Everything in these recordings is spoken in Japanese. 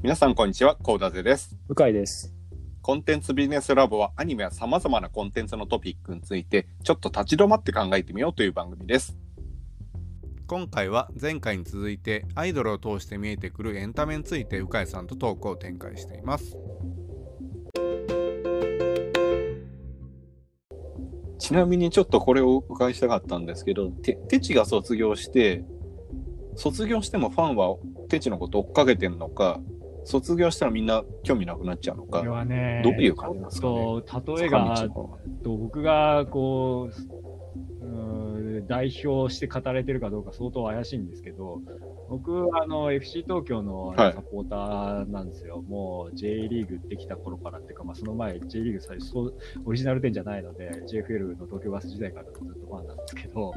皆さんこんにちは、コウダゼです。 向井です。 コンテンツビジネスラボはアニメや様々なコンテンツのトピックについてちょっと立ち止まって考えてみようという番組です。今回は前回に続いてアイドルを通して見えてくるエンタメについて鵜飼さんとトークを展開しています。ちなみにちょっとこれをお伺いしたかったんですけど、テチが卒業してもファンはテチのことを追っかけてんのか、卒業したらみんな興味なくなっちゃうのか、 これはね、 どういう感じなんですかね。 例えが僕がこう代表して語れてるかどうか相当怪しいんですけど、僕FC 東京のサポーターなんですよ。もう J リーグできた頃からっていうか、その前 J リーグ最初オリジナル店じゃないので JFL の東京バス時代からずっとファンなんですけど、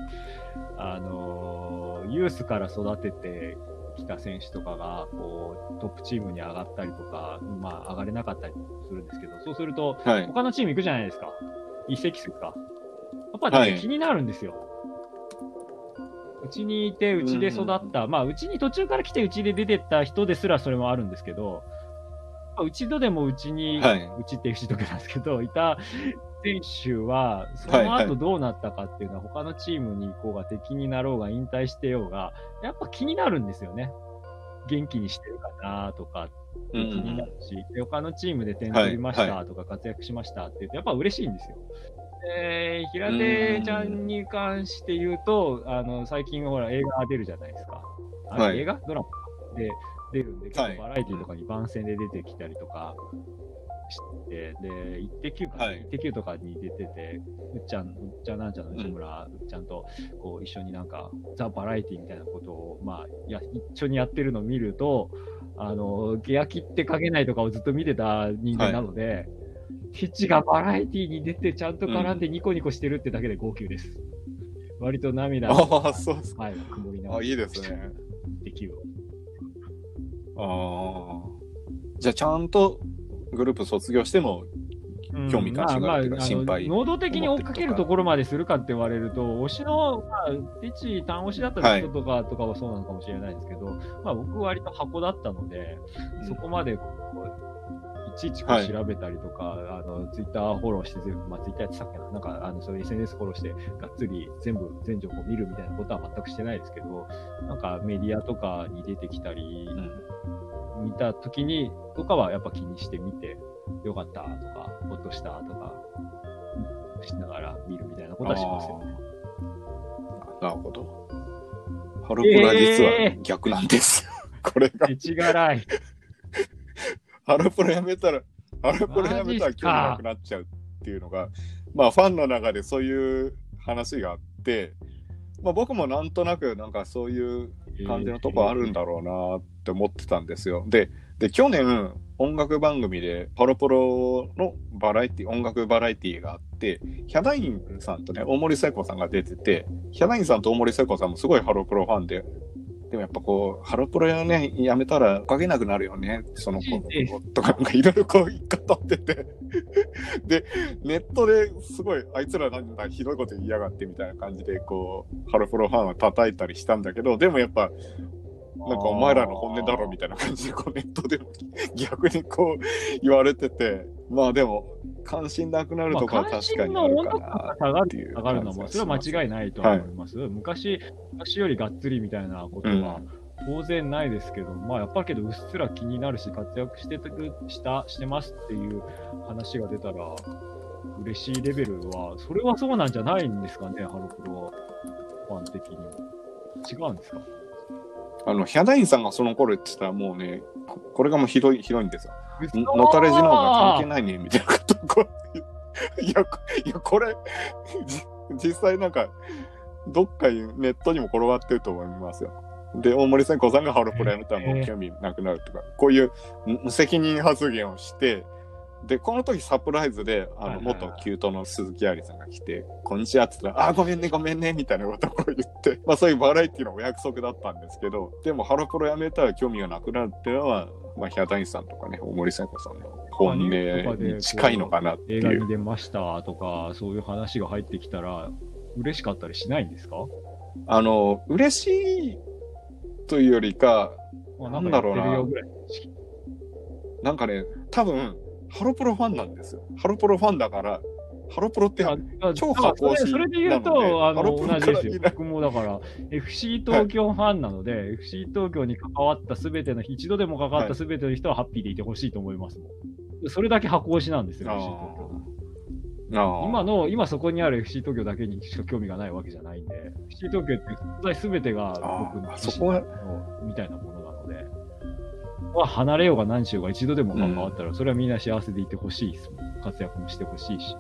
ユースから育ててきた選手とかがこうトップチームに上がったりとか、上がれなかったりするんですけど、そうすると、他のチーム行くじゃないですか。移籍するか。やっぱり気になるんですよ。うちにいて、うちで育った、うちに途中から来てうちで出てった人ですらそれもあるんですけど、うちとでもうちに、うちって FC 東京なんですけど、いた選手は、その後どうなったかっていうのは、他のチームに行こうが敵になろうが引退してようが、やっぱ気になるんですよね。元気にしてるかなとか気になるし、他のチームで点取りましたとか活躍しましたって言うとやっぱ嬉しいんですよ。平手ちゃんに関して言うと、最近ほら映画出るじゃないですか。映画ドラマで出るんで、結構バラエティとかに番宣で出てきたりとかして、で、イッテ Q とかに出てて、うっちゃんなんちゃんの内村うっちゃんとこう一緒になんかザ・バラエティみたいなことを一緒にやってるのを見ると、焼きって書けないとかをずっと見てた人間なので、テチがバラエティに出てちゃんと絡んでニコニコしてるってだけで号泣です。割と涙がそうですか。 曇りながら。 いいですね。 できる。 じゃあちゃんとグループ卒業しても興味関心があるというか心配。 能動的に追っかけるところまでするかって言われると、推しの、テチ単推しだった人とかはそうなのかもしれないですけど、僕割と箱だったので、そこまでいちいち調べたりとか、ツイッターフォローしてツイッターやってたっけな、なんかそういう SNS フォローしてがっつり全情報見るみたいなことは全くしてないですけど、なんかメディアとかに出てきたり、見た時にとかはやっぱ気にして見て、よかったとか、ほっとしたとかしながら見るみたいなことはしますよね。 なるほど。ハロプラ実は逆なんです。これが。 手違い。 ハロプラやめたら興味なくなっちゃうっていうのが、ファンの中でそういう話があって、僕もなんとなくなんかそういう感じのとこあるんだろうなって思ってたんですよ。で去年音楽番組でハロプロの音楽バラエティがあって、ヒャダインさんとね大森聖子さんが出てて、ヒャダインさんと大森聖子さんもすごいハロプロファンで。でもやっぱこうハロプロねやめたら追っかけなくなるよね、その子とかいろいろこう言い方っててでネットですごいあいつらなんだひどいこと言いやがってみたいな感じでこうハロプロファンは叩いたりしたんだけど、でもやっぱなんかお前らの本音だろみたいな感じでこうネットでも逆にこう言われてて、でも関心なくなるとかは確かにあるかなっていう。 下がるのもそれは間違いないと思います。昔よりがっつりみたいなことは当然ないですけど、やっぱりけどうっすら気になるし活躍してますっていう話が出たら嬉しいレベルは、それはそうなんじゃないんですかね、ハロプロファン的にも。違うんですか？ ヒャダインさんがその頃言ってたらもうね、これがもうひどいんですよ。のたれ死のうが関係ないねみたいなこといやこれ実際なんかどっかネットにも転がってると思いますよ。で大森聖子さんがハロプロやめたらもう興味なくなるとか、こういう無責任発言をして、でこの時サプライズで元キュートの鈴木愛理さんが来て「こんにちは」って言ったら「ごめんね」みたいなことを言って、そういうバラエティのお約束だったんですけど、でもハロプロやめたら興味がなくなるっていうのは、ヒャダインさんとかね大森聖子さんの本音に近いのかなっていう。 映画に出ましたとかそういう話が入ってきたら嬉しかったりしないんですか？ 嬉しいというよりか、なんだろうな。 なんかね、多分、ハロプロファンなんですよ。ハロプロファンだから、ハロプロって超箱推しなので、 それで言うと、同じですよ。僕もだから、FC 東京ファンなので、はい、FC 東京に関わったすべての、一度でも関わったすべての人はハッピーでいてほしいと思いますもん。はい、それだけ箱推しなんですよ、FC 東京。今そこにある FC 東京だけにしか興味がないわけじゃないんで、FC 東京って存在すべてが僕のそこみたいなものなので、離れようが何しようが一度でも関わったら、それはみんな幸せでいてほしいですもん。活躍もしてほしいし。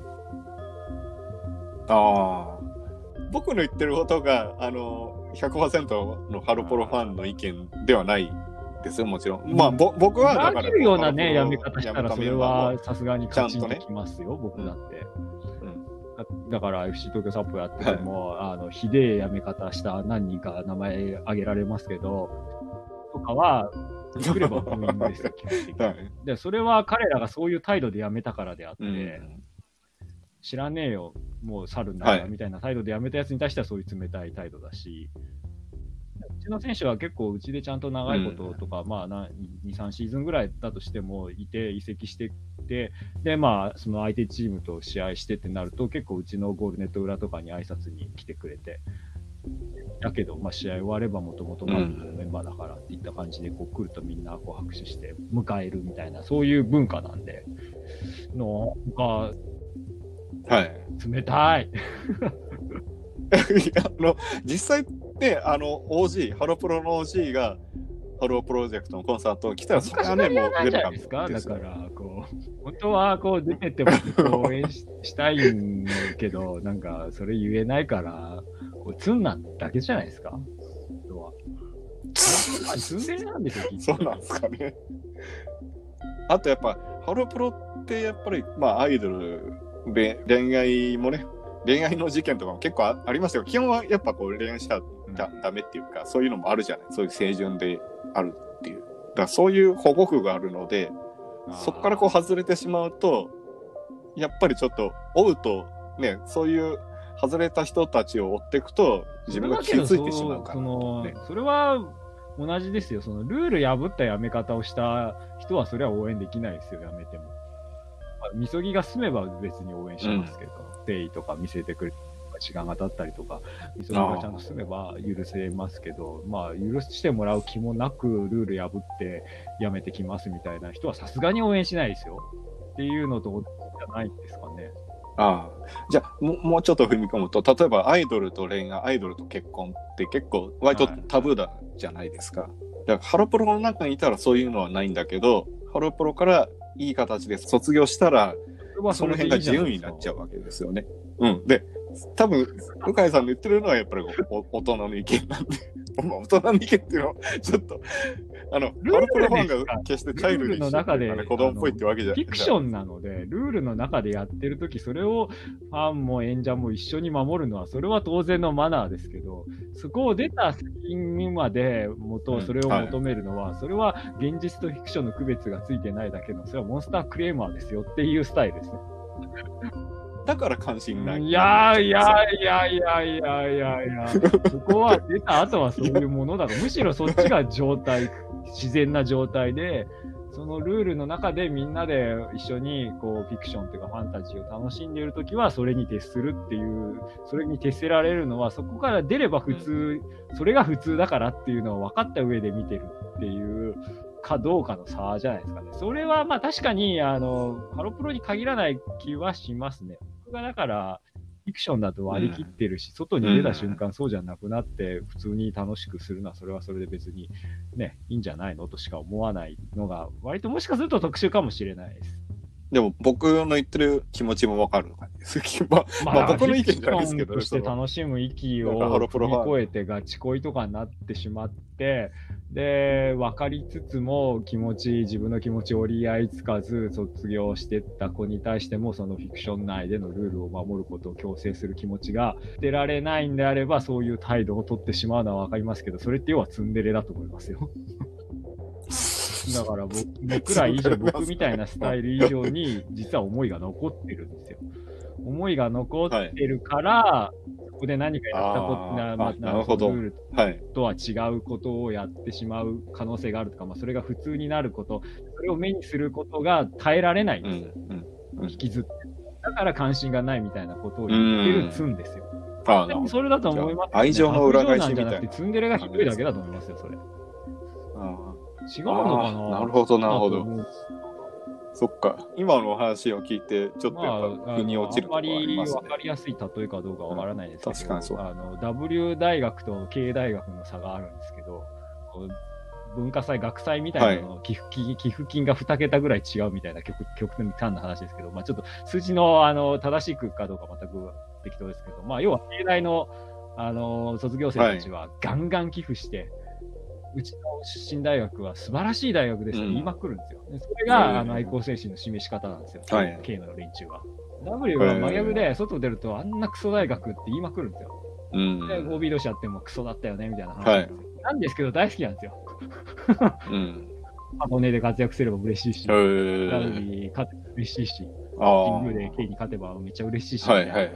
僕の言ってることが100% のハロプロファンの意見ではないですよ、もちろん。まあ僕はだからできるようなねやめ方したらそれはさすがにカチンときますよ、僕だって。だから FC 東京サップやってても、はい、ひでえやめ方した何人か名前挙げられますけど、とかは来ればブーイングですよ、基本的に。はい、でそれは彼らがそういう態度でやめたからであって。知らねえよ、もう去るんだからみたいな態度でやめたやつに対してはそういう冷たい態度だし、うちの選手は結構うちでちゃんと長いこととか、まあ2、3シーズンぐらいだとしてもいて移籍してて、でまあその相手チームと試合してってなると結構うちのゴールネット裏とかに挨拶に来てくれて、だけどまあ試合終わればもともとメンバーだからっていった感じでこう来るとみんなこう拍手して迎えるみたいなそういう文化なんでのが。 はい、 冷たい実際ねOG ハロプロの OG がハロープロジェクトのコンサート来たらそれはねもう出るかですか。だからこう本当はこう出てっても応援したいんけどなんかそれ言えないからこうツンなだけじゃないですか。本当はツンデレなんですよ。 そうなんですかね。あとやっぱハロプロってやっぱりまあアイドルで恋愛もね、恋愛の事件とかも結構ありましたけど、基本はやっぱこう恋愛しちゃダメっていうか、そういうのもあるじゃない。そういう清純であるっていう。だからそういう保護区があるので、そこからこう外れてしまうと、やっぱりちょっと追うとね、そういう外れた人たちを追っていくと自分が傷ついてしまうから、ね。 それは同じですよ。そのルール破ったやめ方をした人はそれは応援できないですよ。やめても。みそぎが済めば別に応援しますけど、誠意とか見せてくれとか時間が経ったりとか、みそぎがちゃんと済めば許せますけど、まあ許してもらう気もなくルール破ってやめてきますみたいな人はさすがに応援しないですよっていうのとじゃないんですかね。 じゃあもうちょっと踏み込むと、例えばアイドルと恋愛、アイドルと結婚って結構割とタブーだじゃないですか。だからハロプロの中にいたらそういうのはないんだけど、ハロプロからいい形で卒業したら、その辺が自由になっちゃうわけですよね。で、多分、向井さんの言ってるのはやっぱり大人の意見なんで、大人の意見っていうのは、ちょっと、ハロプロファンが決してチャイルドに子供っぽいってわけじゃない。 フィクションなので、ルールの中でやってるとき、それをファンも演者も一緒に守るのは、それは当然のマナーですけど、そこを出た作品までそれを求めるのは、それは現実とフィクションの区別がついてないだけの、それはモンスタークレーマーですよっていうスタイルですね。 だから関心ない。 いや、そこは出た後はそういうものだから、むしろそっちが自然な状態で、そのルールの中でみんなで一緒にこうフィクションというかファンタジーを楽しんでいるときはそれに徹するっていう、それに徹せられるのはそこから出れば普通、それが普通だからっていうのを分かった上で見てるっていうかどうかの差じゃないですかね。それはまあ確かにハロプロに限らない気はしますね。僕がだからフィクションだと割り切ってるし、外に出た瞬間そうじゃなくなって普通に楽しくするのはそれはそれで別にね、いいんじゃないのとしか思わないのが割ともしかすると特殊かもしれないです。 でも僕の言ってる気持ちもわかる感じです。まあ僕の意見じゃないですけど、 として楽しむ域を乗り越えてガチ恋とかになってしまって、で分かりつつも自分の気持ち折り合いつかず卒業してった子に対してもそのフィクション内でのルールを守ることを強制する気持ちが出られないんであれば、そういう態度を取ってしまうのは分かりますけど、それって要はツンデレだと思いますよ。だから僕ら以上、僕みたいなスタイル以上に実は思いが残ってるんですよ。思いが残ってるから、 ここで何かやったことなるほど。 ルールとは違うことをやってしまう可能性があるとか、それが普通になること、それを目にすることが耐えられないんです。引きずって。だから関心がないみたいなことを言ってるツンですよ。それだと思います、ね。 愛情の裏返しみたいな。 なんじゃなくて、ツンデレがひどいだけだと思いますよ、それ。違うのかな。 なるほど、なるほど。そっか。今のお話を聞いて、ちょっとやっぱ腑に落ちるところがありますね。 あんまり分かりやすい例えかどうかわからないですけど、 確かにそう。 W 大学と K 大学の差があるんですけど、文化祭、学祭みたいなの、寄付金が2桁ぐらい違うみたいな極端な話ですけど、ちょっと数字の正しいかどうか全く適当ですけど、要は経大の卒業生たちはガンガン寄付して、うちの出身大学は素晴らしい大学ですと言いまくるんですよ。それが愛好精神の示し方なんですよ。K の連中は。W は真逆で、外出るとあんなクソ大学って言いまくるんですよ。で、OB 同士やってもクソだったよねみたいな話なんですよ。なんですけど大好きなんですよ。箱根で活躍すれば嬉しいし、ラグビー勝てば嬉しいし、神宮で K に勝てばめっちゃ嬉しいし。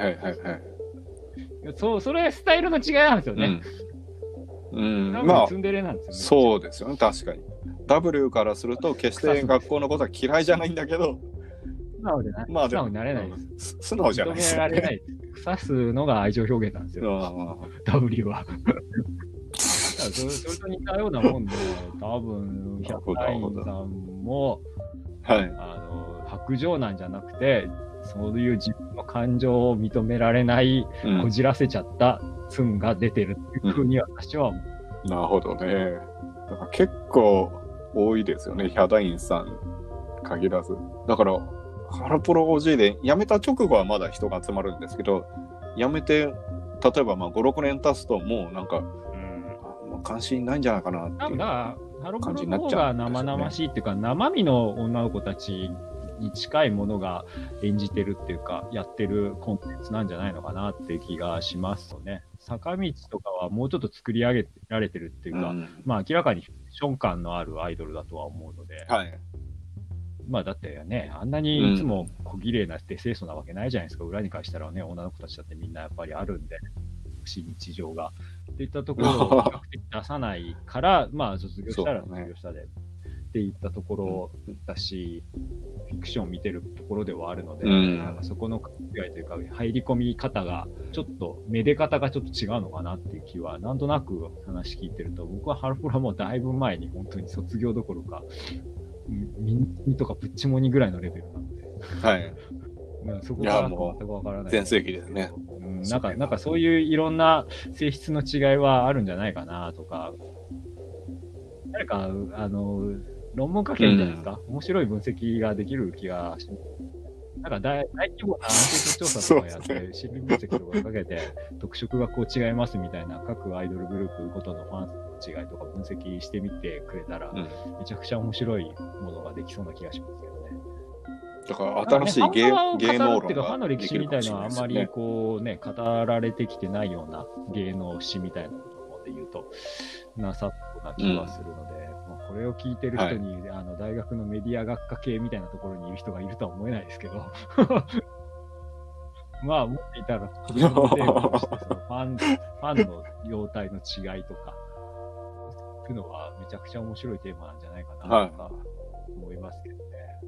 それスタイルの違いなんですよね。ツンデレなんですよね。そうですよね、確かに。W からすると、決して学校のことは嫌いじゃないんだけど、 素直になれないです。 素直じゃないです、 ね。認められないです。腐すのが愛情表現なんですよ。W は。それと似たようなもんで、多分、百田院さんも、白状なんじゃなくて、そういう自分の感情を認められない、こじらせちゃったツンが出てるっていうふうに私は思う。 なるほどね。だから結構多いですよね、ヒャダインさん限らず。だから、ハロプロ OG で辞めた直後はまだ人が集まるんですけど、辞めて、例えば5、6年経つともうなんか、関心ないんじゃないかなっていう感じになっちゃう、ね。ハロプロの方が生々しいっていうか、生身の女の子たちに近いものが演じてるっていうか、やってるコンテンツなんじゃないのかなっていう気がしますよね。坂道とかはもうちょっと作り上げられてるっていうか、明らかにフィクション感のあるアイドルだとは思うので、だってね、あんなにいつも小綺麗なって清楚なわけないじゃないですか。裏に返したらね、女の子たちだってみんなやっぱりあるんで、非日常が。っていったところを比較的出さないから、卒業したら卒業したで。っていったところだし、フィクションを見てるところではあるので、なんかそこの違いというか、入り込み方が、ちょっと、めで方がちょっと違うのかなっていう気は、なんとなく話聞いてると、僕はハロプロはもうだいぶ前に本当に卒業どころか、ミニとかプッチモニぐらいのレベルなので。そこが全くわからない。 全盛期ですね。 なんかそういういろんな性質の違いはあるんじゃないかなとか、誰か、論文書けるんじゃないですか、面白い分析ができる気がします。なんか大規模なアンケート調査とかやって、心理分析とかかけて、特色がこう違いますみたいな各アイドルグループごとのファンの違いとか分析してみてくれたら、めちゃくちゃ面白いものができそうな気がしますけどね。 だから新しい芸能論がファンの歴史みたいなのはあんまりこうね、語られてきてないような芸能史みたいなもので言うと、なさそうな気がするので、これを聞いてる人に、大学のメディア学科系みたいなところにいる人がいるとは思えないですけど、持っていたら、ファンの様態の違いとか、そういうのはめちゃくちゃ面白いテーマなんじゃないかなとか思いますけどね。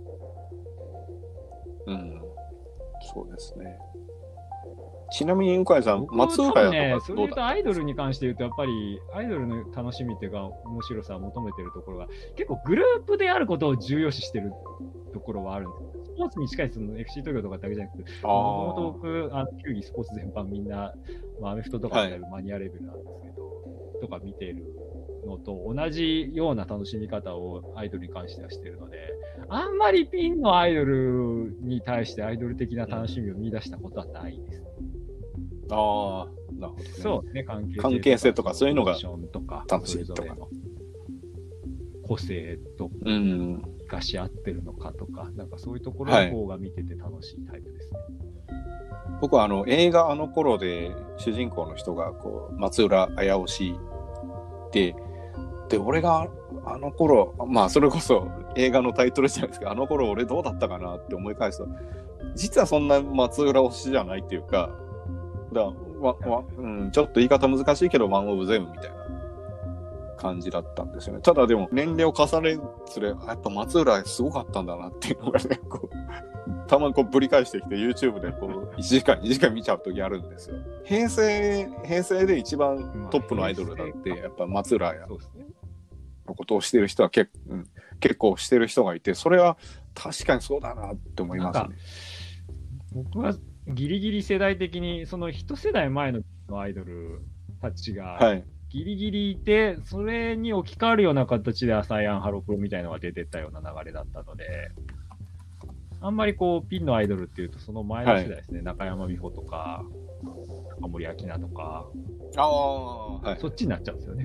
そうですね。ちなみに、向井さん、松浦屋とかそれ言うとアイドルに関して言うと、やっぱりアイドルの楽しみっていうか、面白さを求めてるところが、結構グループであることを重要視してるところはあるんですよ。スポーツに近いその FC 東京とかだけじゃなくて、もともと僕、球技、スポーツ全般みんな、アメフトとかだいぶマニアレベルなんですけど、とか見てるのと同じような楽しみ方をアイドルに関してはしてるので、あんまりピンのアイドルに対してアイドル的な楽しみを見出したことはないです。 なるほどね。 そうね、 関係性とかそういうのが楽しいとか。 個性と生かし合ってるのかとか、なんかそういうところの方が見てて楽しいタイプですね。 僕は映画あの頃で主人公の人がこう松浦綾推しで俺があの頃、それこそ映画のタイトルじゃないですか、あの頃俺どうだったかなって思い返すと、実はそんな松浦推しじゃないっていうか、 ちょっと言い方難しいけど、ワンオブゼムみたいな感じだったんですよね。ただでも、年齢を重ねるつれ、やっぱ松浦すごかったんだなっていうのがね、たまにぶり返してきて、YouTube で1時間、2時間見ちゃう時あるんですよ。平成で一番トップのアイドルだって、やっぱ松浦やのことをしてる人は結構してる人がいて、それは確かにそうだなって思いますね。 僕はギリギリ世代的にその一世代前のアイドルたちがギリギリいて、それに置き換わるような形でアサイアンハロプロみたいなのが出てったような流れだったので、あんまりピンのアイドルっていうとその前の世代ですね、中山美穂とか中森明菜とか、そっちになっちゃうんですよね。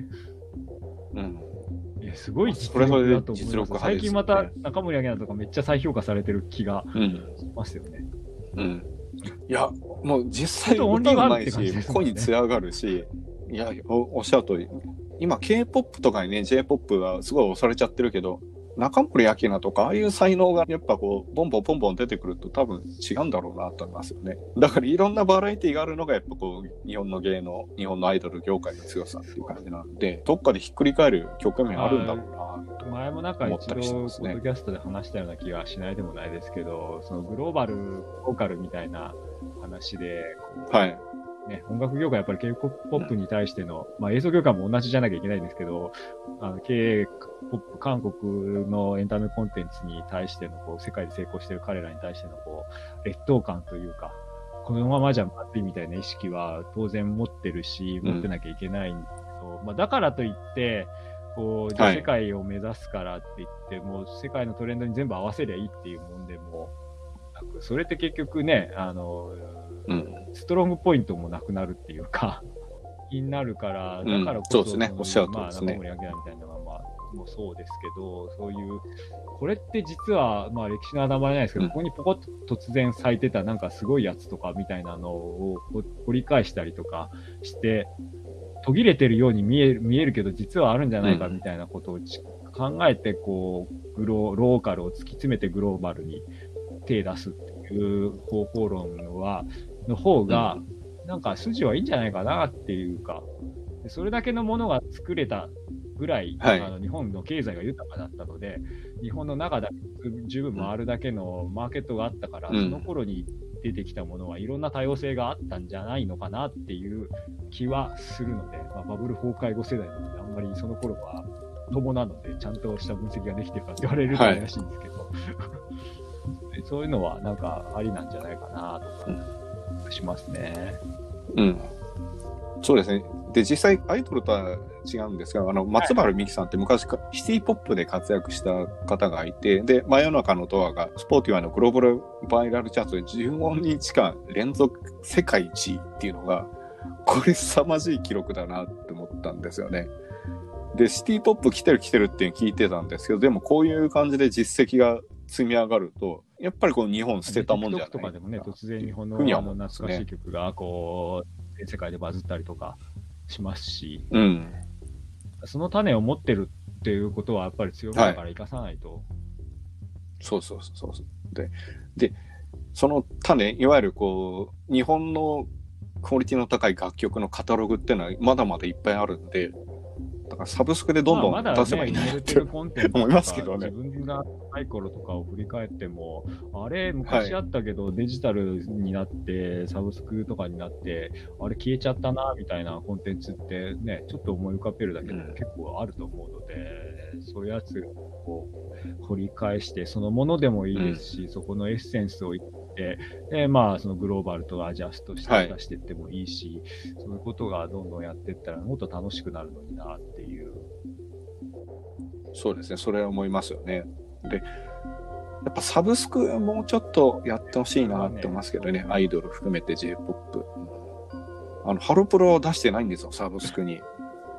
すごい実力だと思います。最近また中森明菜とかめっちゃ再評価されてる気がしますよね。 いや、もう実際歌うまいし、声に艶上がるし、いや、おっしゃる通り、今 K-POP とかにね、J-POP がすごい押されちゃってるけど、中森明菜とか、ああいう才能がやっぱボンボン出てくると多分違うんだろうなと思いますよね。だからいろんなバラエティがあるのがやっぱ日本の芸能、日本のアイドル業界の強さっていう感じなんで、どっかでひっくり返る局面あるんだろうなと前もなんか一度、ポッドキャストで話したような気がしないでもないですけど、そのグローバル、ボーカルみたいな話で、ね、音楽業界やっぱり K-POP に対しての、映像業界も同じじゃなきゃいけないんですけど、K-POP、韓国のエンタメコンテンツに対しての世界で成功している彼らに対しての劣等感というか、このままじゃまずいみたいな意識は当然持ってるし、持ってなきゃいけないんですけど、だからといって、じゃあ世界を目指すからって言って、もう世界のトレンドに全部合わせりゃいいっていうもんでもなく、それって結局ね、ストロングポイントもなくなるっていうか、になるから、だからこそ、 そうですね、おっしゃるとおりですね。 中森明菜みたいなのは、もうそうですけど、そういう、これって実は、歴史のあだまりないですけど、ここにポコッと突然咲いてたなんかすごいやつとかみたいなのを掘り返したりとかして、途切れてるように見えるけど、実はあるんじゃないかみたいなことを考えて、ローカルを突き詰めてグローバルに手出すっていう方法論の方が、なんか筋はいいんじゃないかなっていうか、それだけのものが作れたぐらい、日本の経済が豊かだったので、日本の中で十分回るだけのマーケットがあったから、その頃に出てきたものはいろんな多様性があったんじゃないのかなっていう気はするので、バブル崩壊後世代なので、あんまりその頃は子供なので、ちゃんとした分析ができてるかって言われると怪しいんですけど、そういうのはなんかありなんじゃないかなとかしますね。 そうですね。で、実際アイドルとは違うんですが、松原美樹さんって昔シティポップで活躍した方がいて、で、真夜中のドアがスポーティファイのグローバルバイラルチャートで15日間連続世界一位っていうのが、これ凄まじい記録だなって思ったんですよね。で、シティポップ来てるっていうの聞いてたんですけど、でもこういう感じで実績が積み上がると、やっぱり日本捨てたもんじゃない TikTok とかでもね、突然日本の懐かしい曲が全世界でバズったりとかしますし、その種を持ってるっていうことはやっぱり強みだから生かさないと。 そう。で、その種、いわゆる日本のクオリティの高い楽曲のカタログっていうのはまだまだいっぱいあるんで、だからサブスクでどんどん出せばいいなって思いますけどね。 自分が若い頃とかを振り返っても、あれ昔あったけどデジタルになってサブスクとかになってあれ消えちゃったなみたいなコンテンツってね、ちょっと思い浮かべるだけでも結構あると思うので、そういうやつを掘り返してそのものでもいいですし、そこのエッセンスを言ってで、そのグローバルとアジャストして出していってもいいし、そういうことがどんどんやっていったらもっと楽しくなるのになっていう。 そうですね、それは思いますよね。で、やっぱサブスクもうちょっとやってほしいなって思いますけどね、アイドル含めて J-POP。ハロプロを出してないんですよ、サブスクに。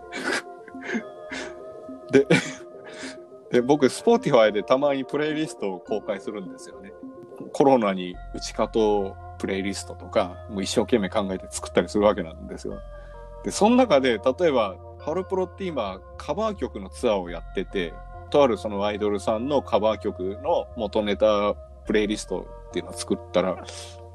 で、僕、Spotify でたまにプレイリストを公開するんですよね。コロナに打ち勝とうプレイリストとか、もう一生懸命考えて作ったりするわけなんですよ。で、その中で、例えば、ハロプロって今、カバー曲のツアーをやってて、とあるそのアイドルさんのカバー曲の元ネタプレイリストっていうのを作ったら、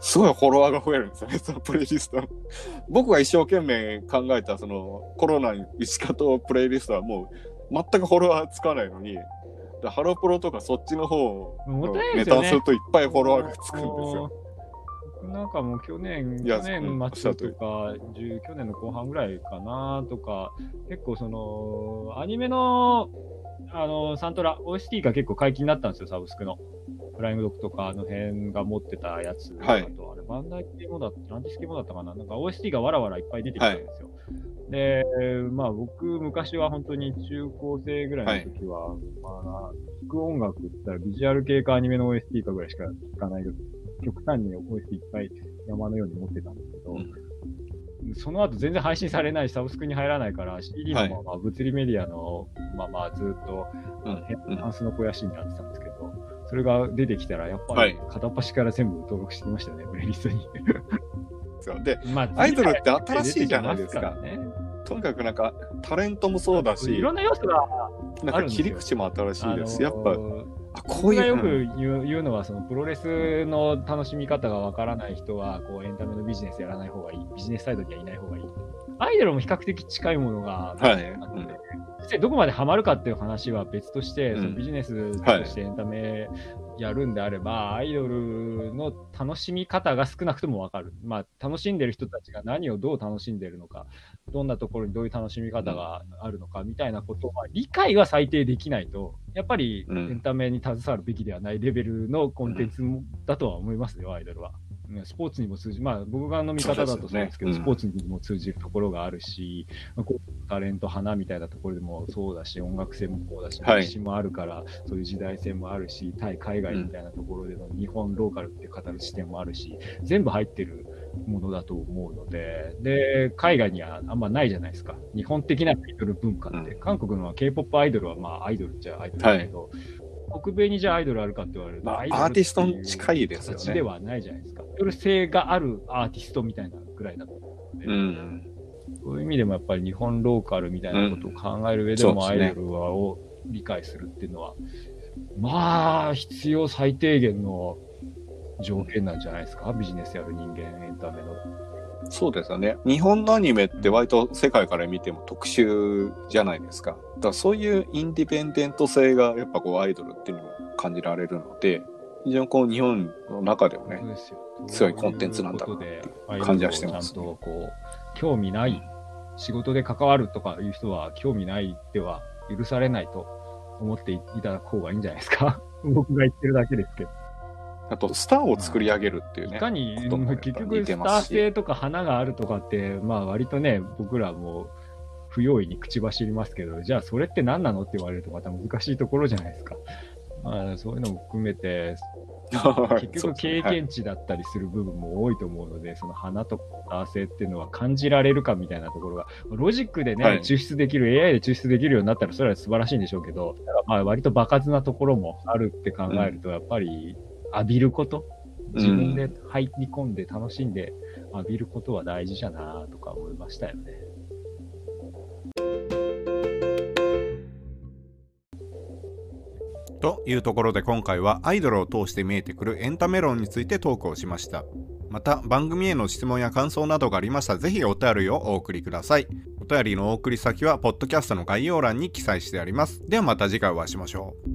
すごいフォロワーが増えるんですよね、そのプレイリスト。僕が一生懸命考えたそのコロナに打ち勝とうプレイリストはもう全くフォロワーつかないのに、ハロプロとかそっちの方のネタをするといっぱいフォロワーがつくんですよ。 なんかもう去年末とか、去年の後半ぐらいかなとか、結構その、アニメの、サントラ、OST が結構解禁になったんですよ、サブスクの。フライングドッグとか、あの辺が持ってたやつ。 はい、 あと、あれ、バンダイ系もだった、ランティス系もだったかな。なんか OST がわらわらいっぱい出てきたんですよ。はい、で、まあ僕、昔は本当に中高生ぐらいの時は、はい、まあ、聴く音楽って言ったらビジュアル系かアニメの OST かぐらいしか聴かない極端に OST いっぱい山のように持ってたんですけど、その後全然配信されないし、サブスクに入らないから、CD のまま物理メディアのままずっと、タンスの肥やしになってたんですけど、それが出てきたら、やっぱり片っ端から全部登録してきましたね、プレイリストに。 で、まあ、アイドルって新しいじゃないですか。とにかくなんか、タレントもそうだし、 いろんな要素がなんか切り口も新しいです。やっぱ、 こういうよく言うのは、そのプロレスの楽しみ方がわからない人は、こうエンタメのビジネスやらない方がいい、ビジネスサイドにはいない方がいい。アイドルも比較的近いものがあって、実際どこまでハマるかっていう話は別として、そのビジネスとしてエンタメやるんであれば、アイドルの楽しみ方が少なくともわかる。まあ、楽しんでる人たちが何をどう楽しんでるのか、どんなところにどういう楽しみ方があるのかみたいなことは、理解は最低できないと、やっぱりエンタメに携わるべきではないレベルのコンテンツだとは思いますよ、アイドルは。スポーツにも通じる、まあ僕側の見方だとそうですけど、スポーツにも通じるところがあるし、タレント花みたいなところでもそうだし、音楽性もそうだし、歴史もあるから、そういう時代性もあるし、対海外みたいなところでの日本ローカルって語る視点もあるし、全部入ってるものだと思うので、で、海外にはあんまないじゃないですか。日本的なアイドル文化って。韓国のは K-POP アイドルはまあアイドルっちゃアイドルだけど、北米にじゃあアイドルあるかって言われると、 アーティストに近いですよね。 形ではないじゃないですか。アイドル性があるアーティストみたいなぐらいだと思うので、そういう意味でもやっぱり日本ローカルみたいなことを考える上でもアイドルを理解するっていうのは、まあ、必要最低限の条件なんじゃないですか、ビジネスやる人間、エンタメの。 そうですよね。日本のアニメって割と世界から見ても特殊じゃないですか。だからそういうインディペンデント性がやっぱこうアイドルっていうのも感じられるので、非常にこう日本の中でもね、すごいコンテンツなんだなっていう感じはしてます、ね。 ちゃんとこう興味ない、仕事で関わるとかいう人は興味ないでは許されないと思っていただく方がいいんじゃないですか。僕が言ってるだけですけど。 あと、スターを作り上げるっていうね。 いかに、結局、スター性とか花があるとかって、まあ、割とね、僕らも不用意に口走りますけど、じゃあ、それって何なのって言われるとまた難しいところじゃないですか。まあ、そういうのも含めて、結局、経験値だったりする部分も多いと思うので、その花とかスター性っていうのは感じられるかみたいなところが、ロジックでね、抽出できる、AI で抽出できるようになったら、それは素晴らしいんでしょうけど、まあ、割と場数なところもあるって考えると、やっぱり、浴びること、自分で入り込んで楽しんで浴びることは大事じゃなとか思いましたよね。 というところで今回はアイドルを通して見えてくるエンタメ論についてトークをしました。また番組への質問や感想などがありましたらぜひお便りをお送りください。お便りのお送り先はポッドキャストの概要欄に記載してあります。ではまた次回お会いしましょう。